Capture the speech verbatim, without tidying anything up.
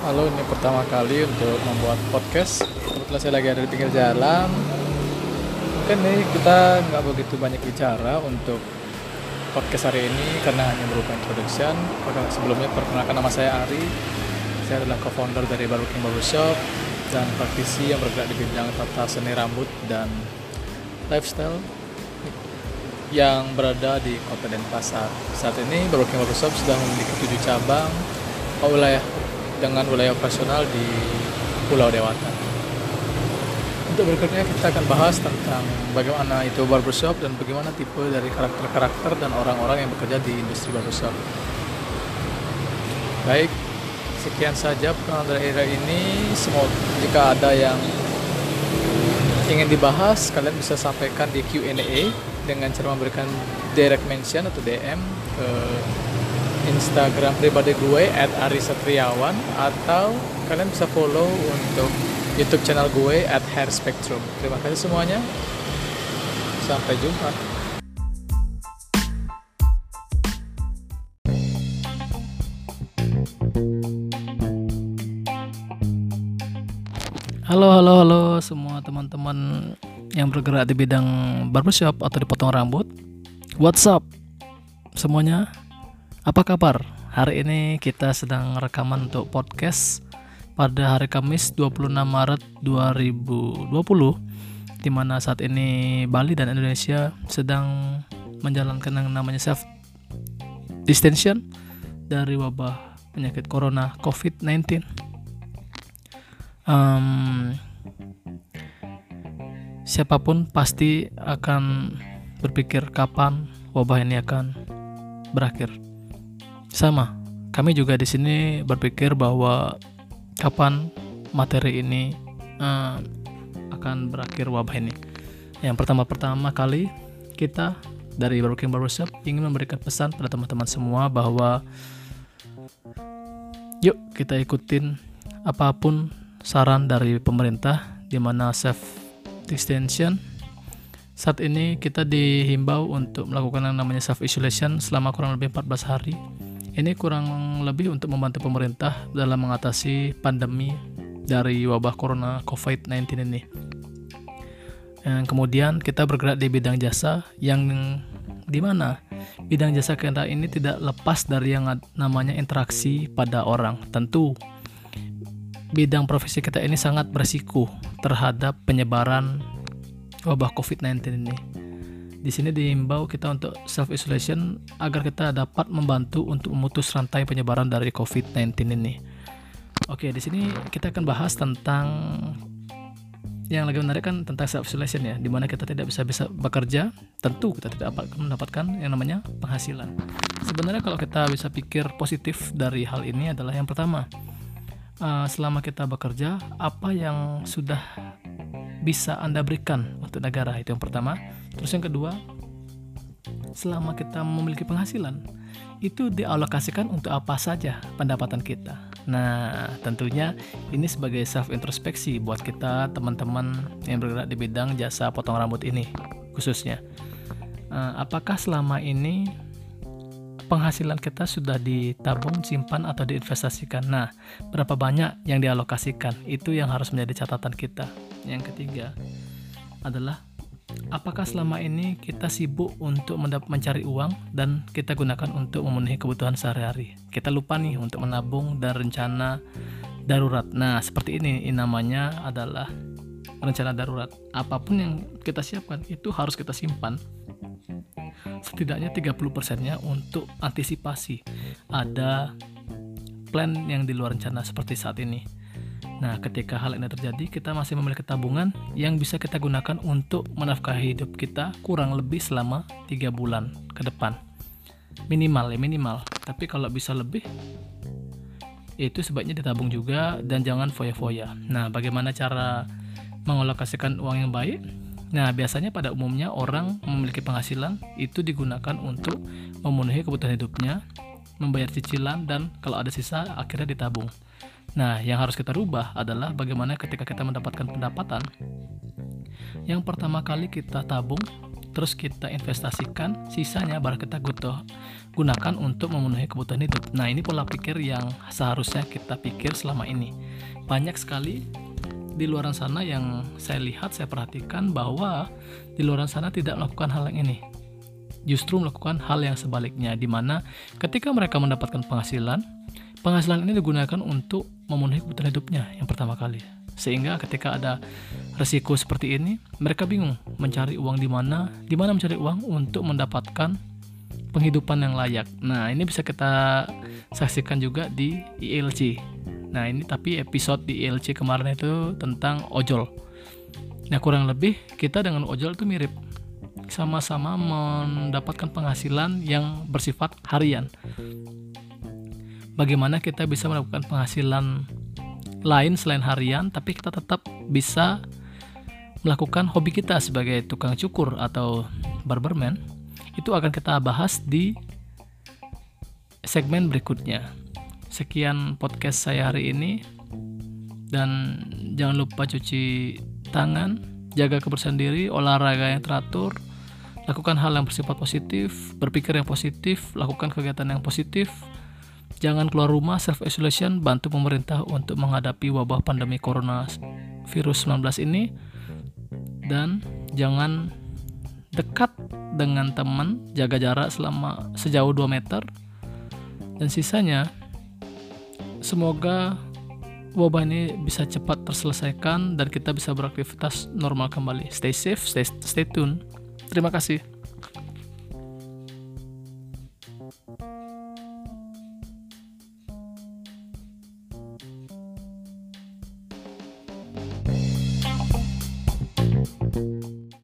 Halo, ini pertama kali untuk membuat podcast. Kebetulan saya lagi ada di pinggir jalan. Mungkin nih kita nggak begitu banyak bicara untuk podcast hari ini karena hanya berupa introduction. Pada sebelumnya perkenalkan, nama saya Ari. Saya adalah co-founder dari Barbeking Barbershop dan praktisi yang bergerak di bidang tata seni rambut dan lifestyle yang berada di Kota Denpasar. Saat ini Barbeking Barbershop sudah memiliki tujuh cabang wilayah dengan wilayah operasional di Pulau Dewata. Untuk berikutnya kita akan bahas tentang bagaimana itu barbershop dan bagaimana tipe dari karakter-karakter dan orang-orang yang bekerja di industri barbershop. Baik, sekian saja perkenalan dari era ini. Semoga jika ada yang ingin dibahas, kalian bisa sampaikan di Q and A dengan cara memberikan direct mention atau D M ke Instagram pribadi gue at ari satriawan, atau kalian bisa follow untuk YouTube channel gue at hair spectrum. Terima kasih semuanya. Sampai jumpa. Halo, halo, halo semua teman-teman yang bergerak di bidang barbershop atau dipotong rambut. What's up semuanya? Apa kabar? Hari ini kita sedang rekaman untuk podcast pada hari Kamis dua puluh enam Maret dua ribu dua puluh, di mana saat ini Bali dan Indonesia sedang menjalankan yang namanya self distancing dari wabah penyakit corona covid sembilan belas. Um, siapapun pasti akan berpikir kapan wabah ini akan berakhir. Sama, kami juga di sini berpikir bahwa kapan materi ini uh, akan berakhir wabah ini. Yang pertama-pertama kali kita dari Barbeking Barbershop ingin memberikan pesan pada teman-teman semua bahwa yuk kita ikutin apapun saran dari pemerintah, di mana self distancing. Saat ini kita dihimbau untuk melakukan yang namanya self isolation selama kurang lebih empat belas hari. Ini kurang lebih untuk membantu pemerintah dalam mengatasi pandemi dari wabah corona covid sembilan belas ini. Dan kemudian kita bergerak di bidang jasa, yang di mana bidang jasa kita ini tidak lepas dari yang namanya interaksi pada orang. Tentu bidang profesi kita ini sangat berisiko terhadap penyebaran wabah covid sembilan belas ini. Di sini diimbau kita untuk self isolation agar kita dapat membantu untuk memutus rantai penyebaran dari covid sembilan belas ini. Oke, di sini kita akan bahas tentang yang lagi menarik kan tentang self isolation ya, di mana kita tidak bisa bisa bekerja, tentu kita tidak dapat mendapatkan yang namanya penghasilan. Sebenarnya kalau kita bisa pikir positif dari hal ini adalah yang pertama, uh, selama kita bekerja, apa yang sudah bisa Anda berikan untuk negara, itu yang pertama. Terus yang kedua, selama kita memiliki penghasilan, itu dialokasikan untuk apa saja pendapatan kita. Nah, tentunya ini sebagai self introspeksi buat kita teman-teman yang bergerak di bidang jasa potong rambut ini khususnya. Apakah selama ini penghasilan kita sudah ditabung, simpan, atau diinvestasikan? Nah, berapa banyak yang dialokasikan? Itu yang harus menjadi catatan kita. Yang ketiga adalah apakah selama ini kita sibuk untuk mendap- mencari uang dan kita gunakan untuk memenuhi kebutuhan sehari-hari. Kita lupa nih untuk menabung dan rencana darurat. Nah, seperti ini, ini namanya adalah rencana darurat. Apapun yang kita siapkan itu harus kita simpan setidaknya tiga puluh persennya untuk antisipasi ada plan yang di luar rencana seperti saat ini. Nah, ketika hal ini terjadi, kita masih memiliki tabungan yang bisa kita gunakan untuk menafkahi hidup kita kurang lebih selama tiga bulan ke depan. Minimal ya, minimal. Tapi kalau bisa lebih, itu sebaiknya ditabung juga dan jangan foya-foya. Nah, bagaimana cara mengalokasikan uang yang baik? Nah, biasanya pada umumnya orang memiliki penghasilan itu digunakan untuk memenuhi kebutuhan hidupnya, membayar cicilan, dan kalau ada sisa akhirnya ditabung. Nah, yang harus kita rubah adalah bagaimana ketika kita mendapatkan pendapatan, yang pertama kali kita tabung terus kita investasikan, sisanya baru kita butuh gunakan untuk memenuhi kebutuhan hidup. Nah, ini pola pikir yang seharusnya kita pikir selama ini. Banyak sekali di luar sana yang saya lihat, saya perhatikan bahwa di luar sana tidak melakukan hal yang ini, justru melakukan hal yang sebaliknya, di mana ketika mereka mendapatkan penghasilan, penghasilan ini digunakan untuk memenuhi kebutuhan hidupnya yang pertama kali. Sehingga ketika ada resiko seperti ini, mereka bingung mencari uang di mana, di mana mencari uang untuk mendapatkan penghidupan yang layak. Nah, ini bisa kita saksikan juga di I L C. Nah, ini tapi episode di I L C kemarin itu tentang ojol. Nah, kurang lebih kita dengan ojol itu mirip. Sama-sama mendapatkan penghasilan yang bersifat harian. Bagaimana kita bisa melakukan penghasilan lain selain harian, tapi kita tetap bisa melakukan hobi kita sebagai tukang cukur atau barberman. Itu akan kita bahas di segmen berikutnya. Sekian podcast saya hari ini, dan jangan lupa cuci tangan, jaga kebersihan diri, olahraga yang teratur, lakukan hal yang bersifat positif, berpikir yang positif, lakukan kegiatan yang positif. Jangan keluar rumah, self-isolation, bantu pemerintah untuk menghadapi wabah pandemi coronavirus sembilan belas ini. Dan jangan dekat dengan teman, jaga jarak selama sejauh dua meter. Dan sisanya, semoga wabah ini bisa cepat terselesaikan dan kita bisa beraktivitas normal kembali. Stay safe, stay, stay tune. Terima kasih.